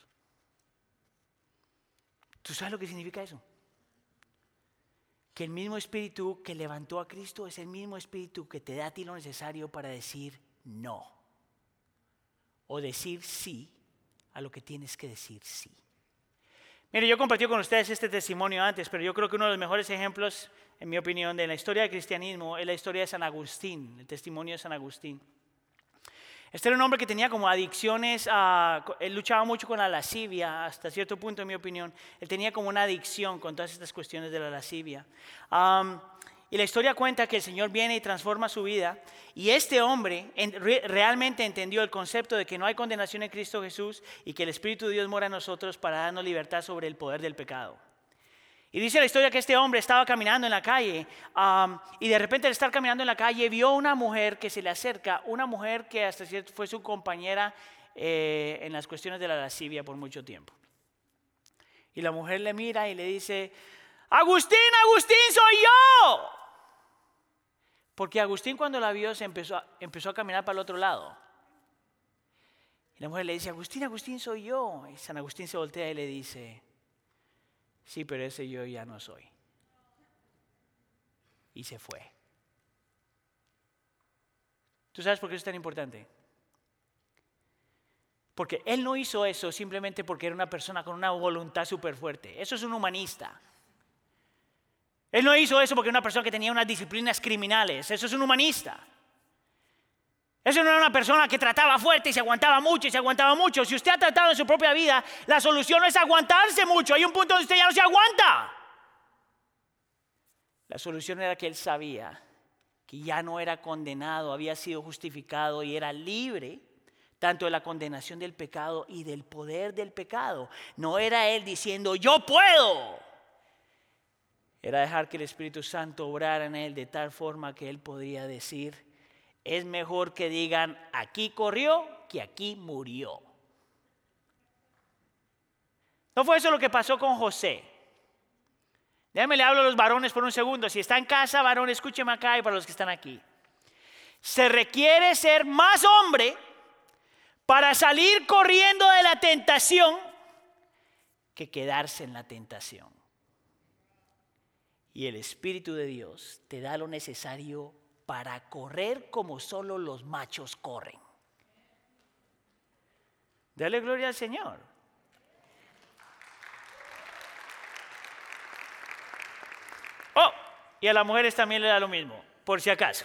¿Tú sabes lo que significa eso? Que el mismo Espíritu que levantó a Cristo es el mismo Espíritu que te da a ti lo necesario para decir no. O decir sí a lo que tienes que decir sí. Mire, yo compartí con ustedes este testimonio antes, pero yo creo que uno de los mejores ejemplos, en mi opinión, de la historia del cristianismo es la historia de San Agustín, el testimonio de San Agustín. Este era un hombre que tenía como adicciones, él luchaba mucho con la lascivia, hasta cierto punto en mi opinión. Él tenía como una adicción con todas estas cuestiones de la lascivia. Y la historia cuenta que el Señor viene y transforma su vida. Y este hombre realmente entendió el concepto de que no hay condenación en Cristo Jesús y que el Espíritu de Dios mora en nosotros para darnos libertad sobre el poder del pecado. Y dice la historia que este hombre estaba caminando en la calle y de repente al estar caminando en la calle vio una mujer que se le acerca, una mujer que hasta cierto fue su compañera en las cuestiones de la lascivia por mucho tiempo. Y la mujer le mira y le dice, Agustín, Agustín, soy yo. Porque Agustín cuando la vio empezó a caminar para el otro lado. Y la mujer le dice, Agustín, Agustín soy yo. Y San Agustín se voltea y le dice, sí, pero ese yo ya no soy. Y se fue. ¿Tú sabes por qué eso es tan importante? Porque él no hizo eso simplemente porque era una persona con una voluntad súper fuerte. Eso es un humanista. Él no hizo eso porque era una persona que tenía unas disciplinas criminales. Eso es un humanista. Eso no era una persona que trataba fuerte y se aguantaba mucho y se aguantaba mucho. Si usted ha tratado en su propia vida, la solución no es aguantarse mucho. Hay un punto donde usted ya no se aguanta. La solución era que él sabía que ya no era condenado, había sido justificado y era libre tanto de la condenación del pecado y del poder del pecado. No era él diciendo, yo puedo. Era dejar que el Espíritu Santo obrara en él de tal forma que él podía decir, es mejor que digan, aquí corrió que aquí murió. ¿No fue eso lo que pasó con José? Déjame le hablo a los varones por un segundo. Si está en casa, varón, escúcheme acá y para los que están aquí. Se requiere ser más hombre para salir corriendo de la tentación que quedarse en la tentación. Y el Espíritu de Dios te da lo necesario para correr como solo los machos corren. Dale gloria al Señor. Oh, y a las mujeres también le da lo mismo, por si acaso.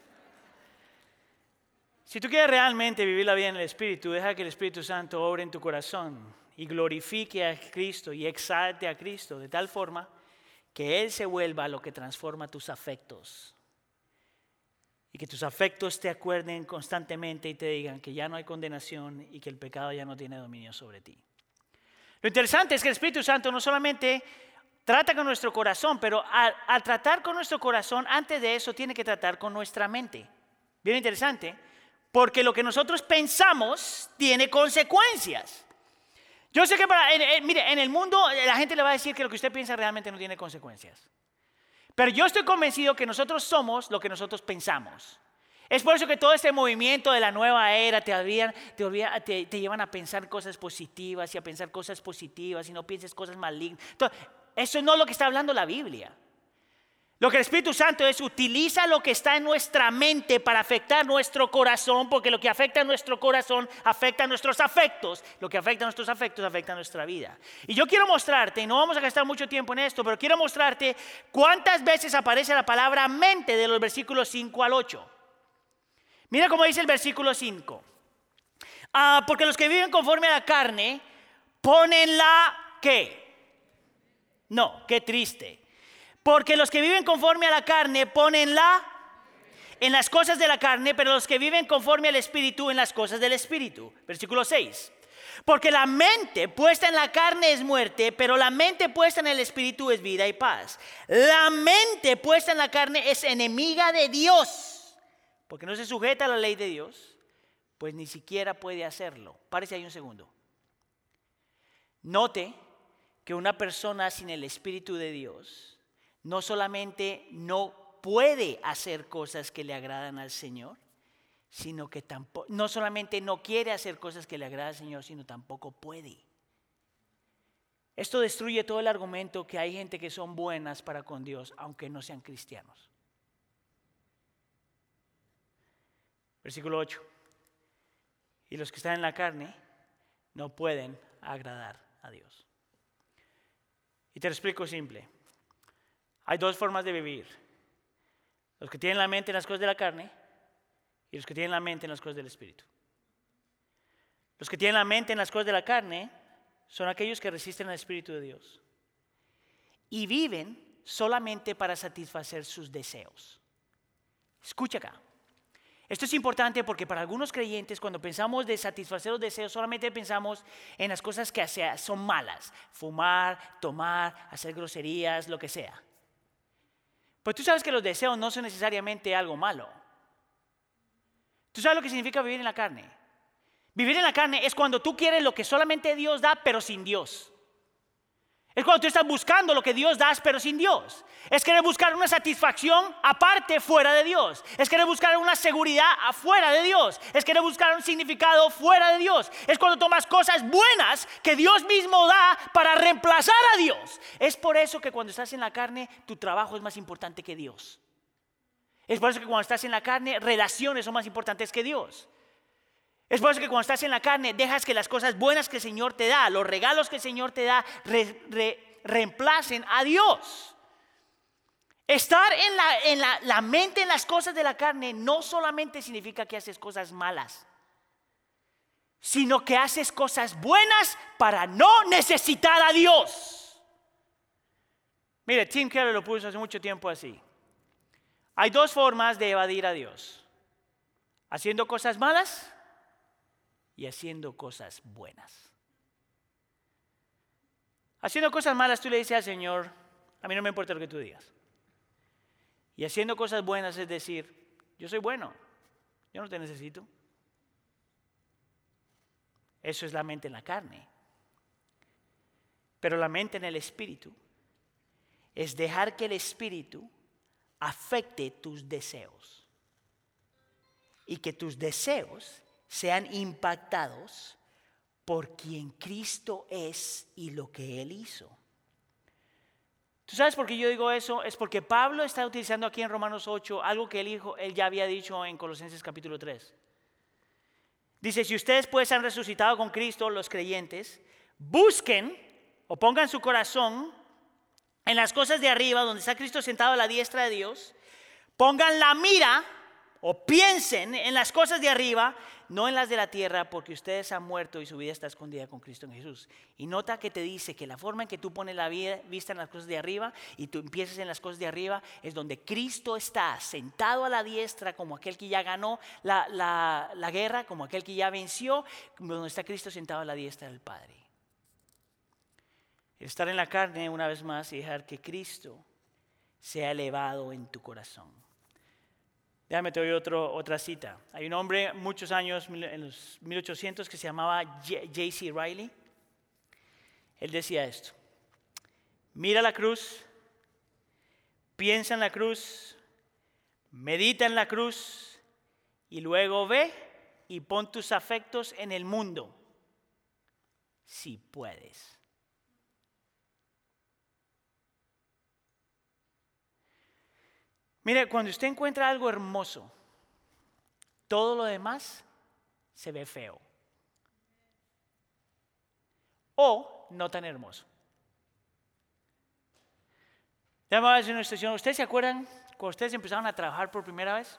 Si tú quieres realmente vivir la vida en el Espíritu, deja que el Espíritu Santo obre en tu corazón y glorifique a Cristo y exalte a Cristo de tal forma que Él se vuelva lo que transforma tus afectos. Y que tus afectos te acuerden constantemente y te digan que ya no hay condenación y que el pecado ya no tiene dominio sobre ti. Lo interesante es que el Espíritu Santo no solamente trata con nuestro corazón, pero al tratar con nuestro corazón, antes de eso tiene que tratar con nuestra mente. Bien interesante, porque lo que nosotros pensamos tiene consecuencias. Yo sé que mire, en el mundo la gente le va a decir que lo que usted piensa realmente no tiene consecuencias. Pero yo estoy convencido que nosotros somos lo que nosotros pensamos. Es por eso que todo este movimiento de la nueva era te llevan a pensar cosas positivas y a pensar cosas positivas y no pienses cosas malignas. Entonces, eso no es lo que está hablando la Biblia. Lo que el Espíritu Santo utiliza lo que está en nuestra mente para afectar nuestro corazón, porque lo que afecta a nuestro corazón afecta a nuestros afectos. Lo que afecta a nuestros afectos afecta a nuestra vida. Y yo quiero mostrarte, y no vamos a gastar mucho tiempo en esto, pero quiero mostrarte cuántas veces aparece la palabra mente de los versículos 5 al 8. Mira cómo dice el versículo 5. Porque los que viven conforme a la carne ponen la ¿qué? No, qué triste. Porque los que viven conforme a la carne ponen en las cosas de la carne, pero los que viven conforme al Espíritu en las cosas del Espíritu. Versículo 6. Porque la mente puesta en la carne es muerte, pero la mente puesta en el Espíritu es vida y paz. La mente puesta en la carne es enemiga de Dios, porque no se sujeta a la ley de Dios, pues ni siquiera puede hacerlo. Párese ahí un segundo. Note que una persona sin el Espíritu de Dios no solamente no puede hacer cosas que le agradan al Señor, sino que tampoco, no solamente no quiere hacer cosas que le agradan al Señor, sino tampoco puede. Esto destruye todo el argumento que hay gente que son buenas para con Dios, aunque no sean cristianos. Versículo 8. Y los que están en la carne no pueden agradar a Dios. Y te lo explico simple. Hay dos formas de vivir. Los que tienen la mente en las cosas de la carne y los que tienen la mente en las cosas del Espíritu. Los que tienen la mente en las cosas de la carne son aquellos que resisten al Espíritu de Dios y viven solamente para satisfacer sus deseos. Escucha acá. Esto es importante porque para algunos creyentes cuando pensamos de satisfacer los deseos solamente pensamos en las cosas que son malas. Fumar, tomar, hacer groserías, lo que sea. Pues tú sabes que los deseos no son necesariamente algo malo. Tú sabes lo que significa vivir en la carne. Vivir en la carne es cuando tú quieres lo que solamente Dios da, pero sin Dios. Es cuando tú estás buscando lo que Dios da, pero sin Dios. Es querer buscar una satisfacción aparte, fuera de Dios. Es querer buscar una seguridad afuera de Dios. Es querer buscar un significado fuera de Dios. Es cuando tomas cosas buenas que Dios mismo da para reemplazar a Dios. Es por eso que cuando estás en la carne, tu trabajo es más importante que Dios. Es por eso que cuando estás en la carne, relaciones son más importantes que Dios. Es por eso que cuando estás en la carne, dejas que las cosas buenas que el Señor te da, los regalos que el Señor te da, reemplacen a Dios. Estar en la mente en las cosas de la carne no solamente significa que haces cosas malas, sino que haces cosas buenas para no necesitar a Dios. Mire, Tim Keller lo puso hace mucho tiempo así. Hay dos formas de evadir a Dios: haciendo cosas malas y haciendo cosas buenas. Haciendo cosas malas, tú le dices al Señor: a mí no me importa lo que tú digas. Y haciendo cosas buenas es decir: yo soy bueno, yo no te necesito. Eso es la mente en la carne. Pero la mente en el Espíritu es dejar que el Espíritu afecte tus deseos y que tus deseos sean impactados por quien Cristo es y lo que Él hizo. ¿Tú sabes por qué yo digo eso? Es porque Pablo está utilizando aquí en Romanos 8 algo que él ya había dicho en Colosenses capítulo 3. Dice: si ustedes pues han resucitado con Cristo, los creyentes, busquen o pongan su corazón en las cosas de arriba, donde está Cristo sentado a la diestra de Dios. Pongan la mira o piensen en las cosas de arriba, no en las de la tierra, porque ustedes han muerto y su vida está escondida con Cristo en Jesús. Y nota que te dice que la forma en que tú pones la vista en las cosas de arriba y tú empiezas en las cosas de arriba es donde Cristo está sentado a la diestra, como aquel que ya ganó la guerra, como aquel que ya venció, donde está Cristo sentado a la diestra del Padre. Estar en la carne una vez más y dejar que Cristo sea elevado en tu corazón. Déjame te doy otra cita. Hay un hombre muchos años, en los 1800, que se llamaba J.C. Riley. Él decía esto: mira la cruz, piensa en la cruz, medita en la cruz y luego ve y pon tus afectos en el mundo, si puedes. Mire, cuando usted encuentra algo hermoso, todo lo demás se ve feo o no tan hermoso. Déjame hacer una situación. ¿Ustedes se acuerdan cuando ustedes empezaron a trabajar por primera vez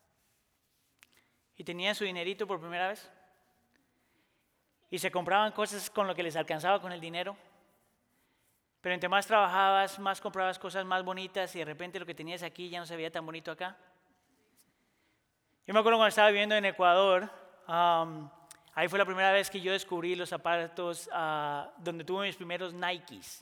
y tenían su dinerito por primera vez y se compraban cosas con lo que les alcanzaba con el dinero? Pero entre más trabajabas, más comprabas cosas más bonitas y de repente lo que tenías aquí ya no se veía tan bonito acá. Yo me acuerdo cuando estaba viviendo en Ecuador, ahí fue la primera vez que yo descubrí los zapatos donde tuve mis primeros Nikes.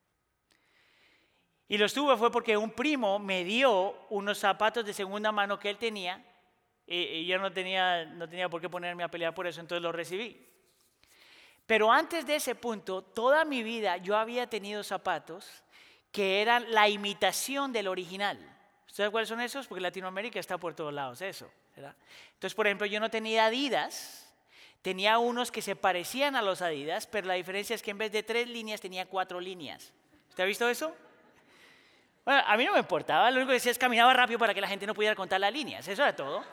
Y los tuve fue porque un primo me dio unos zapatos de segunda mano que él tenía y yo no tenía por qué ponerme a pelear por eso, entonces los recibí. Pero antes de ese punto, toda mi vida yo había tenido zapatos que eran la imitación del original. ¿Ustedes cuáles son esos? Porque Latinoamérica está por todos lados eso, ¿verdad? Entonces, por ejemplo, yo no tenía Adidas, tenía unos que se parecían a los Adidas, pero la diferencia es que en vez de 3 líneas tenía 4 líneas. ¿Usted ha visto eso? Bueno, a mí no me importaba, lo único que decía es caminaba rápido para que la gente no pudiera contar las líneas, eso era todo.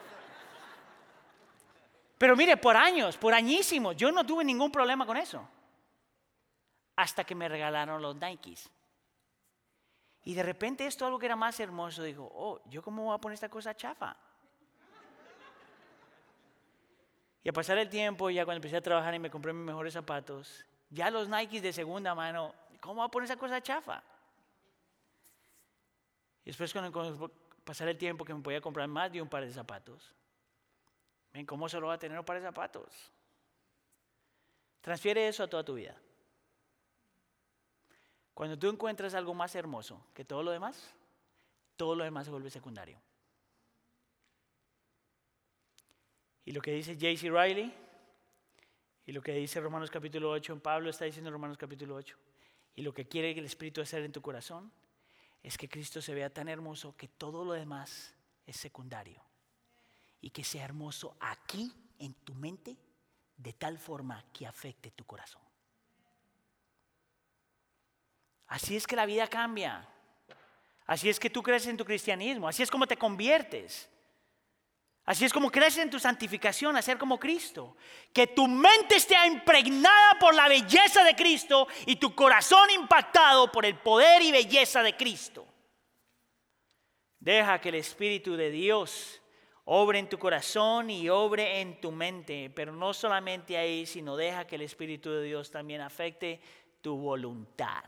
Pero mire, por años, por añísimos, yo no tuve ningún problema con eso. Hasta que me regalaron los Nikes. Y de repente esto, algo que era más hermoso, digo: oh, ¿yo cómo voy a poner esta cosa chafa? Y a pasar el tiempo, ya cuando empecé a trabajar y me compré mis mejores zapatos, ya los Nikes de segunda mano, ¿cómo voy a poner esa cosa chafa? Y después cuando pasar el tiempo que me podía comprar más de un par de zapatos, ven, ¿cómo solo va a tener un par de zapatos? Transfiere eso a toda tu vida. Cuando tú encuentras algo más hermoso que todo lo demás se vuelve secundario. Y lo que dice J.C. Riley y lo que dice Romanos capítulo 8, Pablo está diciendo en Romanos capítulo 8, Y lo que quiere el Espíritu hacer en tu corazón es que Cristo se vea tan hermoso que todo lo demás es secundario. Y que sea hermoso aquí en tu mente de tal forma que afecte tu corazón. Así es que la vida cambia. Así es que tú creces en tu cristianismo. Así es como te conviertes. Así es como creces en tu santificación, a ser como Cristo. Que tu mente esté impregnada por la belleza de Cristo y tu corazón impactado por el poder y belleza de Cristo. Deja que el Espíritu de Dios obre en tu corazón y obre en tu mente. Pero no solamente ahí, sino deja que el Espíritu de Dios también afecte tu voluntad.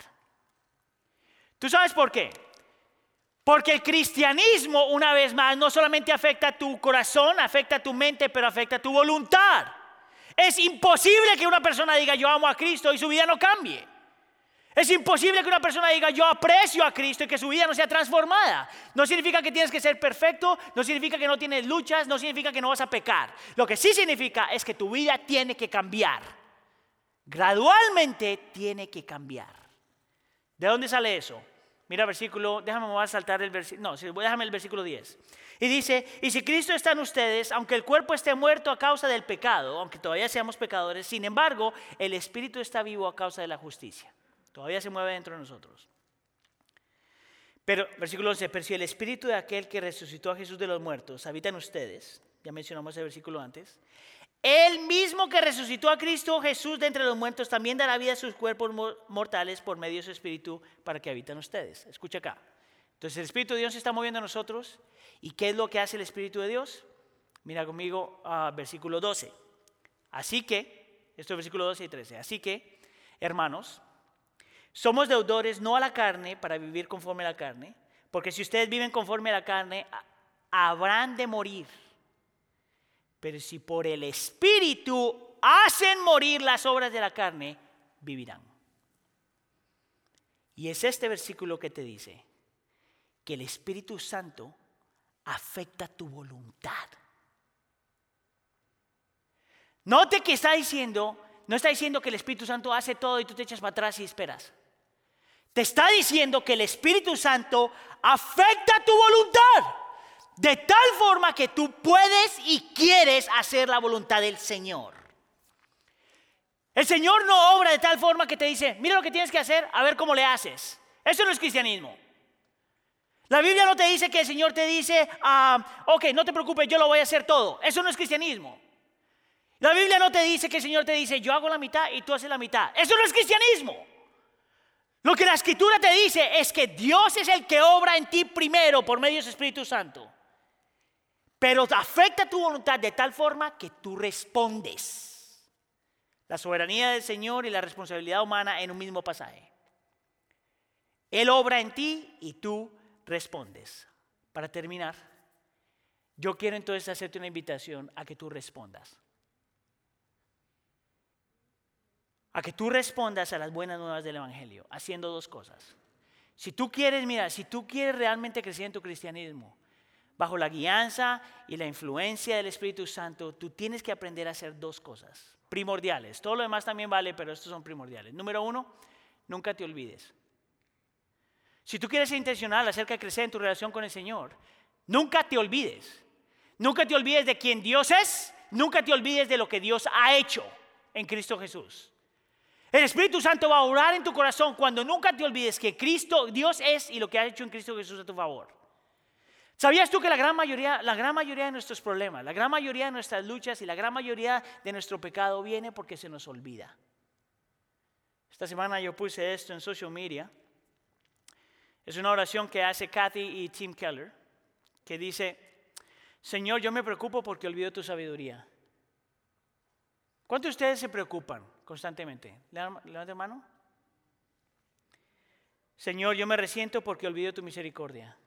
¿Tú sabes por qué? Porque el cristianismo, una vez más, no solamente afecta a tu corazón, afecta a tu mente, pero afecta a tu voluntad. Es imposible que una persona diga yo amo a Cristo y su vida no cambie. Es imposible que una persona diga yo aprecio a Cristo y que su vida no sea transformada. No significa que tienes que ser perfecto, no significa que no tienes luchas, no significa que no vas a pecar. Lo que sí significa es que tu vida tiene que cambiar. Gradualmente tiene que cambiar. ¿De dónde sale eso? Mira el versículo, déjame, me voy a saltar el versículo, no, déjame el versículo 10. Y dice, y si Cristo está en ustedes, aunque el cuerpo esté muerto a causa del pecado, aunque todavía seamos pecadores, sin embargo, el Espíritu está vivo a causa de la justicia. Todavía se mueve dentro de nosotros. Pero, versículo 11, pero si el Espíritu de aquel que resucitó a Jesús de los muertos habita en ustedes, ya mencionamos el versículo antes, el mismo que resucitó a Cristo Jesús de entre los muertos también dará vida a sus cuerpos mortales por medio de su Espíritu para que habiten ustedes. Escucha acá. Entonces el Espíritu de Dios se está moviendo en nosotros. ¿Y qué es lo que hace el Espíritu de Dios? Mira conmigo versículo 12. Así que, esto es versículo 12 y 13. Así que, hermanos, somos deudores no a la carne para vivir conforme a la carne, porque si ustedes viven conforme a la carne, habrán de morir. Pero si por el Espíritu hacen morir las obras de la carne, vivirán. Y es este versículo que te dice que el Espíritu Santo afecta tu voluntad. Note que está diciendo, no está diciendo que el Espíritu Santo hace todo y tú te echas para atrás y esperas. Te está diciendo que el Espíritu Santo afecta tu voluntad. De tal forma que tú puedes y quieres hacer la voluntad del Señor. El Señor no obra de tal forma que te dice, mira lo que tienes que hacer, a ver cómo le haces. Eso no es cristianismo. La Biblia no te dice que el Señor te dice, ok, no te preocupes, yo lo voy a hacer todo. Eso no es cristianismo. La Biblia no te dice que el Señor te dice, yo hago la mitad y tú haces la mitad. Eso no es cristianismo. Lo que la Escritura te dice es que Dios es el que obra en ti primero por medio de su Espíritu Santo. Pero afecta tu voluntad de tal forma que tú respondes. La soberanía del Señor y la responsabilidad humana en un mismo pasaje. Él obra en ti y tú respondes. Para terminar, yo quiero entonces hacerte una invitación a que tú respondas. A que tú respondas a las buenas nuevas del Evangelio, haciendo dos cosas. Si tú quieres, mira, si tú quieres realmente crecer en tu cristianismo, bajo la guianza y la influencia del Espíritu Santo, tú tienes que aprender a hacer dos cosas primordiales. Todo lo demás también vale, pero estos son primordiales. Número uno, nunca te olvides. Si tú quieres ser intencional acerca de crecer en tu relación con el Señor, nunca te olvides. Nunca te olvides de quién Dios es, nunca te olvides de lo que Dios ha hecho en Cristo Jesús. El Espíritu Santo va a orar en tu corazón cuando nunca te olvides que Cristo, Dios es y lo que ha hecho en Cristo Jesús a tu favor. ¿Sabías tú que la gran mayoría de nuestros problemas, la gran mayoría de nuestras luchas y la gran mayoría de nuestro pecado viene porque se nos olvida? Esta semana yo puse esto en social media. Es una oración que hace Kathy y Tim Keller, que dice, Señor, yo me preocupo porque olvido tu sabiduría. ¿Cuántos de ustedes se preocupan constantemente? Levanta mano. Señor, yo me resiento porque olvido tu misericordia.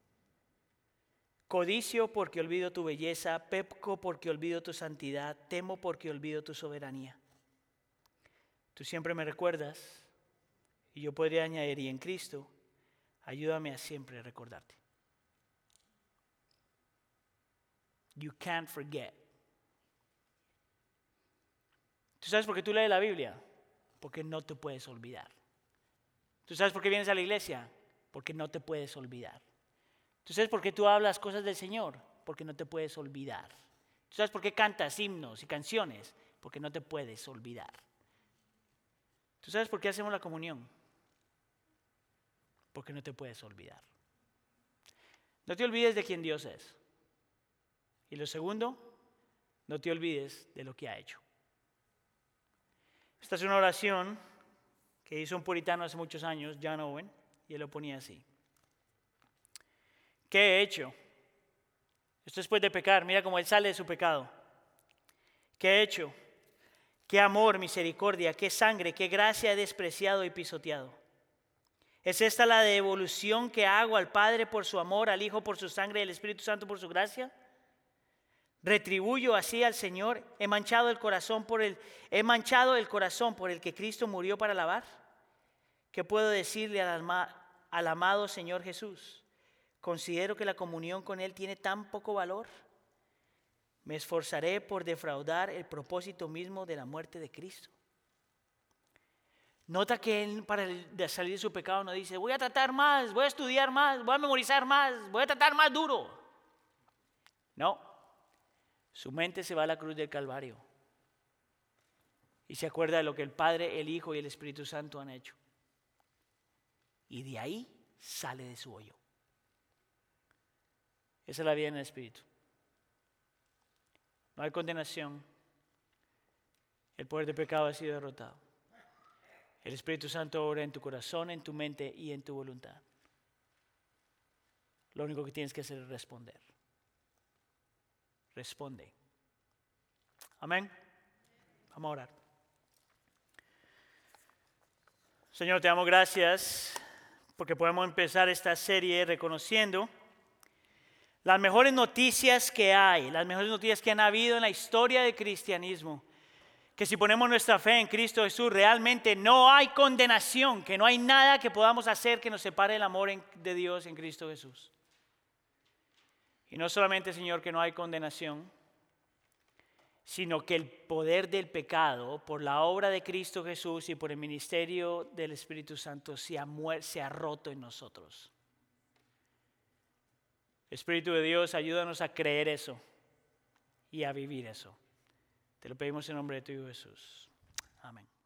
Codicio porque olvido tu belleza, peco porque olvido tu santidad, temo porque olvido tu soberanía. Tú siempre me recuerdas y yo podría añadir, y en Cristo, ayúdame a siempre recordarte. You can't forget. ¿Tú sabes por qué tú lees la Biblia? Porque no te puedes olvidar. ¿Tú sabes por qué vienes a la iglesia? Porque no te puedes olvidar. ¿Tú sabes por qué tú hablas cosas del Señor? Porque no te puedes olvidar. ¿Tú sabes por qué cantas himnos y canciones? Porque no te puedes olvidar. ¿Tú sabes por qué hacemos la comunión? Porque no te puedes olvidar. No te olvides de quién Dios es. Y lo segundo, no te olvides de lo que ha hecho. Esta es una oración que hizo un puritano hace muchos años, John Owen, y él lo ponía así. ¿Qué he hecho? Esto después de pecar, mira cómo él sale de su pecado. ¿Qué he hecho? ¿Qué amor, misericordia, qué sangre, qué gracia he despreciado y pisoteado? ¿Es esta la devolución que hago al Padre por su amor, al Hijo por su sangre y al Espíritu Santo por su gracia? ¿Retribuyo así al Señor? ¿He manchado el corazón por el que Cristo murió para lavar? ¿Qué puedo decirle al amado Señor Jesús? Considero que la comunión con Él tiene tan poco valor. Me esforzaré por defraudar el propósito mismo de la muerte de Cristo. Nota que él, para salir de su pecado, no dice, voy a tratar más, voy a estudiar más, voy a memorizar más, voy a tratar más duro. No, su mente se va a la cruz del Calvario y se acuerda de lo que el Padre, el Hijo y el Espíritu Santo han hecho. Y de ahí sale de su hoyo. Esa es la vida en el Espíritu. No hay condenación. El poder del pecado ha sido derrotado. El Espíritu Santo obra en tu corazón, en tu mente y en tu voluntad. Lo único que tienes que hacer es responder. Responde. Amén. Vamos a orar. Señor, te damos gracias porque podemos empezar esta serie reconociendo las mejores noticias que hay, las mejores noticias que han habido en la historia del cristianismo. Que si ponemos nuestra fe en Cristo Jesús, realmente no hay condenación, que no hay nada que podamos hacer que nos separe del amor de Dios en Cristo Jesús. Y no solamente, Señor, que no hay condenación, sino que el poder del pecado, por la obra de Cristo Jesús y por el ministerio del Espíritu Santo, se ha roto en nosotros. Espíritu de Dios, ayúdanos a creer eso y a vivir eso. Te lo pedimos en nombre de tu Hijo Jesús. Amén.